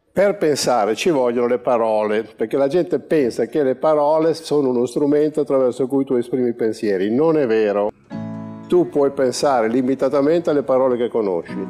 Per pensare ci vogliono le parole, perché la gente pensa che le parole sono uno strumento attraverso cui tu esprimi i pensieri. Non è vero. Tu puoi pensare limitatamente alle parole che conosci.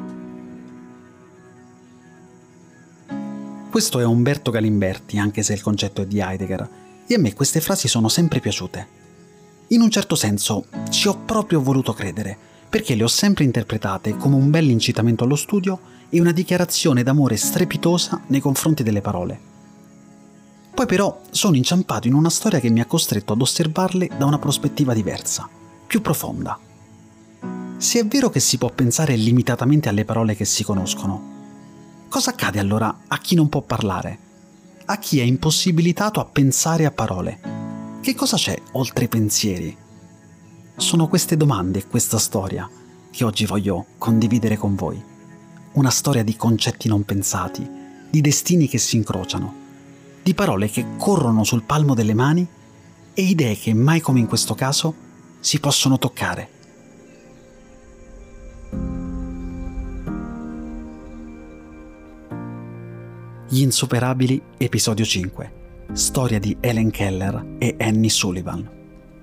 Questo è Umberto Galimberti, anche se il concetto è di Heidegger, e a me queste frasi sono sempre piaciute. In un certo senso ci ho proprio voluto credere, perché le ho sempre interpretate come un bel incitamento allo studio e una dichiarazione d'amore strepitosa nei confronti delle parole. Poi però sono inciampato in una storia che mi ha costretto ad osservarle da una prospettiva diversa, più profonda. Se è vero che si può pensare limitatamente alle parole che si conoscono, cosa accade allora a chi non può parlare? A chi è impossibilitato a pensare a parole? Che cosa c'è oltre i pensieri? Sono queste domande e questa storia che oggi voglio condividere con voi. Una storia di concetti non pensati, di destini che si incrociano, di parole che corrono sul palmo delle mani e idee che mai come in questo caso si possono toccare. Gli Insuperabili, episodio 5. Storia di Helen Keller e Annie Sullivan.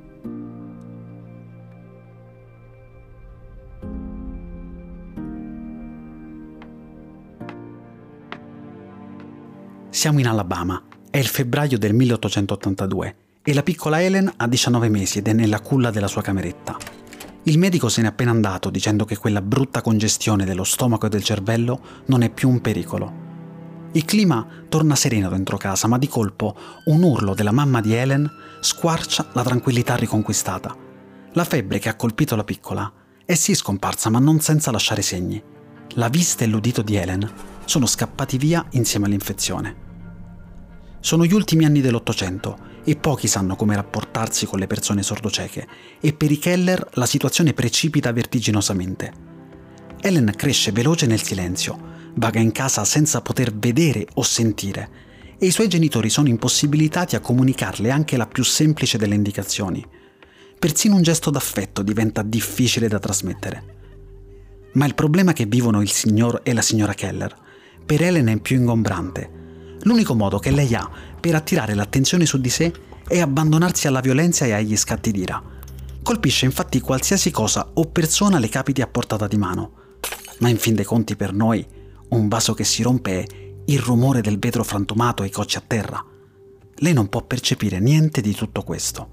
Siamo in Alabama, è il febbraio del 1882 e la piccola Helen ha 19 mesi ed è nella culla della sua cameretta. Il medico se n'è appena andato dicendo che quella brutta congestione dello stomaco e del cervello non è più un pericolo. Il clima torna sereno dentro casa, ma di colpo un urlo della mamma di Helen squarcia la tranquillità riconquistata. La febbre che ha colpito la piccola è sì scomparsa, ma non senza lasciare segni. La vista e l'udito di Helen sono scappati via insieme all'infezione. Sono gli ultimi anni dell'Ottocento e pochi sanno come rapportarsi con le persone sordocieche e per i Keller la situazione precipita vertiginosamente. Helen cresce veloce nel silenzio, vaga in casa senza poter vedere o sentire e i suoi genitori sono impossibilitati a comunicarle anche la più semplice delle indicazioni. Persino un gesto d'affetto diventa difficile da trasmettere. Ma il problema che vivono il signor e la signora Keller per Helen è più ingombrante. L'unico modo che lei ha per attirare l'attenzione su di sé è abbandonarsi alla violenza e agli scatti d'ira. Colpisce infatti qualsiasi cosa o persona le capiti a portata di mano. Ma in fin dei conti per noi, un vaso che si rompe è il rumore del vetro frantumato e i cocci a terra. Lei non può percepire niente di tutto questo.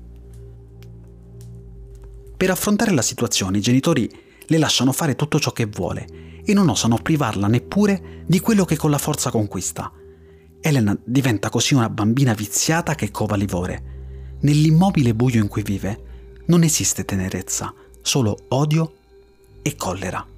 Per affrontare la situazione, i genitori le lasciano fare tutto ciò che vuole e non osano privarla neppure di quello che con la forza conquista. Helen diventa così una bambina viziata che cova livore. Nell'immobile buio in cui vive non esiste tenerezza, solo odio e collera.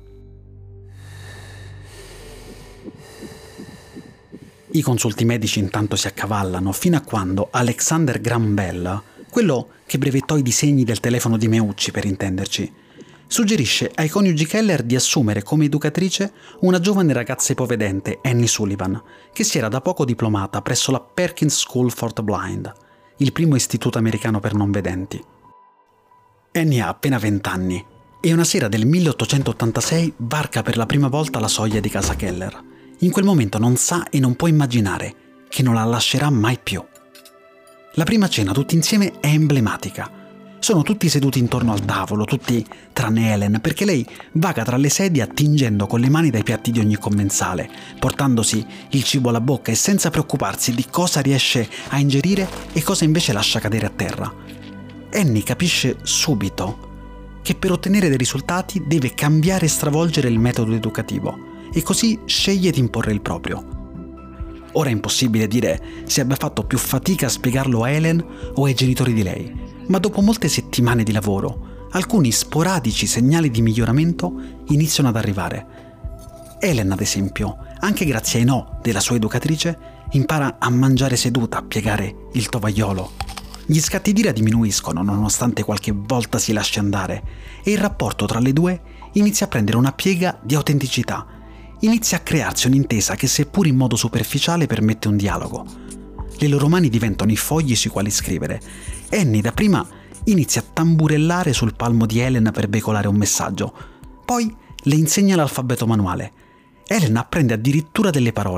I consulti medici intanto si accavallano fino a quando Alexander Graham Bell, quello che brevettò i disegni del telefono di Meucci per intenderci, suggerisce ai coniugi Keller di assumere come educatrice una giovane ragazza ipovedente, Annie Sullivan, che si era da poco diplomata presso la Perkins School for the Blind, il primo istituto americano per non vedenti. Annie ha appena 20 anni e una sera del 1886 varca per la prima volta la soglia di casa Keller. In quel momento non sa e non può immaginare che non la lascerà mai più. La prima cena tutti insieme è emblematica. Sono tutti seduti intorno al tavolo, tutti tranne Helen, perché lei vaga tra le sedie attingendo con le mani dai piatti di ogni commensale, portandosi il cibo alla bocca e senza preoccuparsi di cosa riesce a ingerire e cosa invece lascia cadere a terra. Annie capisce subito che per ottenere dei risultati deve cambiare e stravolgere il metodo educativo e così sceglie di imporre il proprio. Ora è impossibile dire se abbia fatto più fatica a spiegarlo a Helen o ai genitori di lei, ma dopo molte settimane di lavoro, alcuni sporadici segnali di miglioramento iniziano ad arrivare. Helen, ad esempio, anche grazie ai no della sua educatrice, impara a mangiare seduta, a piegare il tovagliolo. Gli scatti d'ira diminuiscono nonostante qualche volta si lasci andare e il rapporto tra le due inizia a prendere una piega di autenticità. Inizia a crearsi un'intesa che seppur in modo superficiale permette un dialogo. Le loro mani diventano i fogli sui quali scrivere. Annie dapprima inizia a tamburellare sul palmo di Helen per veicolare un messaggio. Poi le insegna l'alfabeto manuale. Helen apprende addirittura delle parole,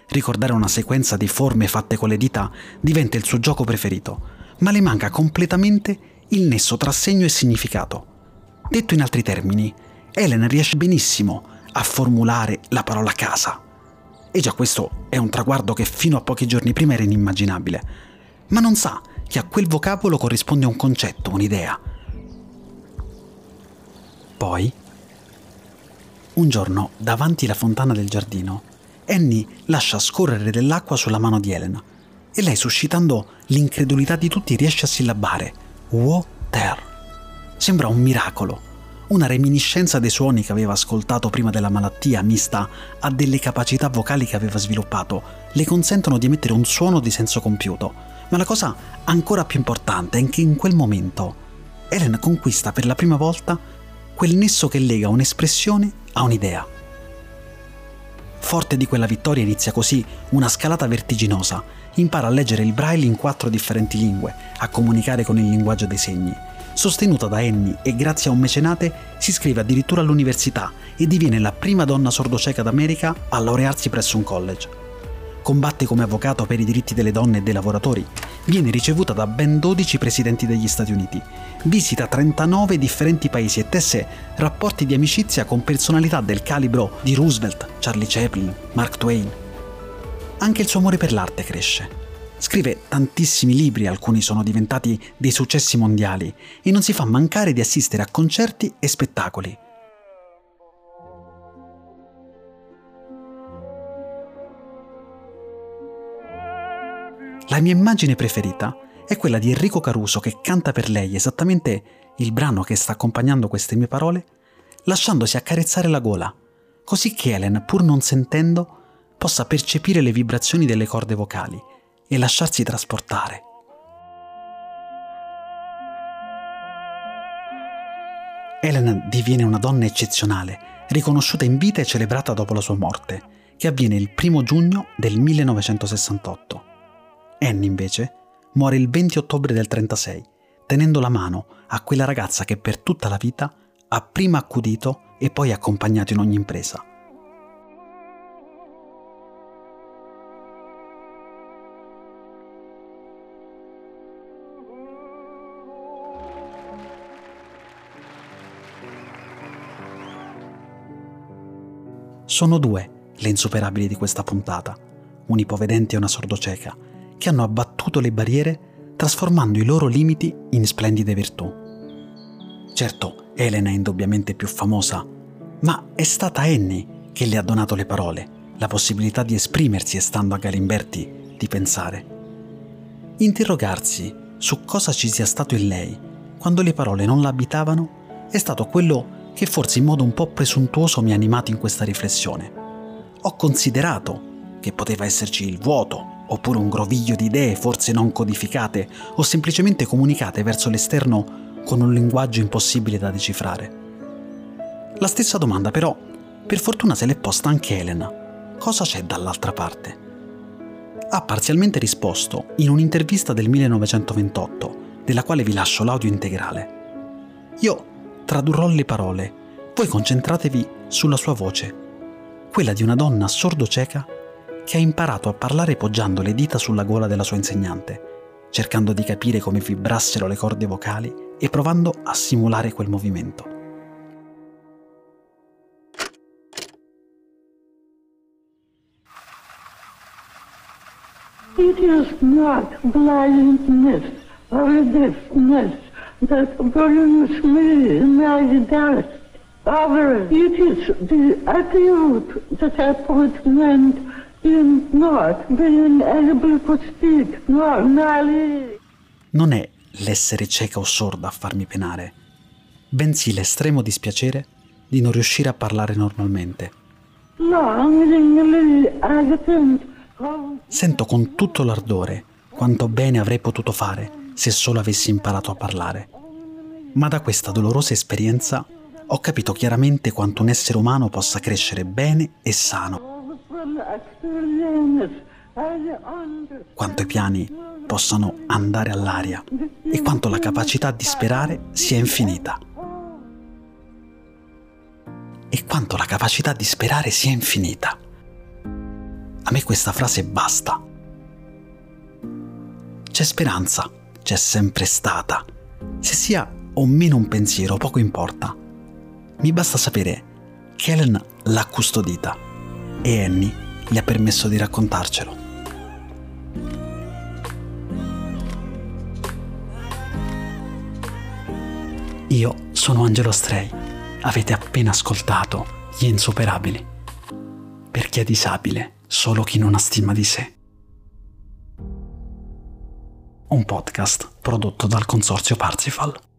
Ricordare una sequenza di forme fatte con le dita diventa il suo gioco preferito, ma le manca completamente il nesso tra segno e significato. Detto in altri termini, Helen riesce benissimo a formulare la parola casa. E già questo è un traguardo che fino a pochi giorni prima era inimmaginabile, ma non sa che a quel vocabolo corrisponde un concetto, un'idea. Poi, un giorno, davanti alla fontana del giardino, Annie lascia scorrere dell'acqua sulla mano di Helen e lei, suscitando l'incredulità di tutti, riesce a sillabare water. Sembra un miracolo, una reminiscenza dei suoni che aveva ascoltato prima della malattia, mista a delle capacità vocali che aveva sviluppato, le consentono di emettere un suono di senso compiuto. Ma la cosa ancora più importante è che in quel momento Helen conquista per la prima volta quel nesso che lega un'espressione a un'idea. Forte di quella vittoria inizia così una scalata vertiginosa. Impara a leggere il braille in 4 differenti lingue, a comunicare con il linguaggio dei segni. Sostenuta da Annie e grazie a un mecenate, si iscrive addirittura all'università e diviene la prima donna sordocieca d'America a laurearsi presso un college. Combatte come avvocato per i diritti delle donne e dei lavoratori. Viene ricevuta da ben 12 presidenti degli Stati Uniti. Visita 39 differenti paesi e tesse rapporti di amicizia con personalità del calibro di Roosevelt, Charlie Chaplin, Mark Twain. Anche il suo amore per l'arte cresce. Scrive tantissimi libri, alcuni sono diventati dei successi mondiali, e non si fa mancare di assistere a concerti e spettacoli. La mia immagine preferita è quella di Enrico Caruso che canta per lei esattamente il brano che sta accompagnando queste mie parole, lasciandosi accarezzare la gola, così che Helen, pur non sentendo, possa percepire le vibrazioni delle corde vocali e lasciarsi trasportare. Helen diviene una donna eccezionale, riconosciuta in vita e celebrata dopo la sua morte, che avviene il 1 giugno del 1968. Annie, invece, muore il 20 ottobre del 1936, tenendo la mano a quella ragazza che per tutta la vita ha prima accudito e poi accompagnato in ogni impresa. Sono 2 le insuperabili di questa puntata, un ipovedente e una sordocieca, che hanno abbattuto le barriere trasformando i loro limiti in splendide virtù. Certo, Helen è indubbiamente più famosa, ma è stata Annie che le ha donato le parole, la possibilità di esprimersi e, stando a Galimberti, di pensare. Interrogarsi su cosa ci sia stato in lei quando le parole non la abitavano è stato quello che forse in modo un po' presuntuoso mi ha animato in questa riflessione. Ho considerato che poteva esserci il vuoto, oppure un groviglio di idee forse non codificate o semplicemente comunicate verso l'esterno con un linguaggio impossibile da decifrare. La stessa domanda però, per fortuna, se l'è posta anche Helen. Cosa c'è dall'altra parte? Ha parzialmente risposto in un'intervista del 1928, della quale vi lascio l'audio integrale. Io tradurrò le parole, voi concentratevi sulla sua voce, quella di una donna sordocieca che ha imparato a parlare poggiando le dita sulla gola della sua insegnante, cercando di capire come vibrassero le corde vocali e provando a simulare quel movimento. It is not blindness or deafness that brings me my death. However, it is the attitude that I put meant in not being able to speak normally. Non è l'essere cieca o sorda a farmi penare, bensì l'estremo dispiacere di non riuscire a parlare normalmente. Sento con tutto l'ardore quanto bene avrei potuto fare se solo avessi imparato a parlare. Ma da questa dolorosa esperienza ho capito chiaramente quanto un essere umano possa crescere bene e sano, quanto i piani possano andare all'aria e quanto la capacità di sperare sia infinita. A me questa frase basta. C'è speranza, c'è sempre stata. Se sia o meno un pensiero, poco importa. Mi basta sapere che Helen l'ha custodita e Annie gli ha permesso di raccontarcelo. Io sono Angelo Stray. Avete appena ascoltato Gli Insuperabili. Per chi è disabile, solo chi non ha stima di sé. Un podcast prodotto dal Consorzio Parsifal.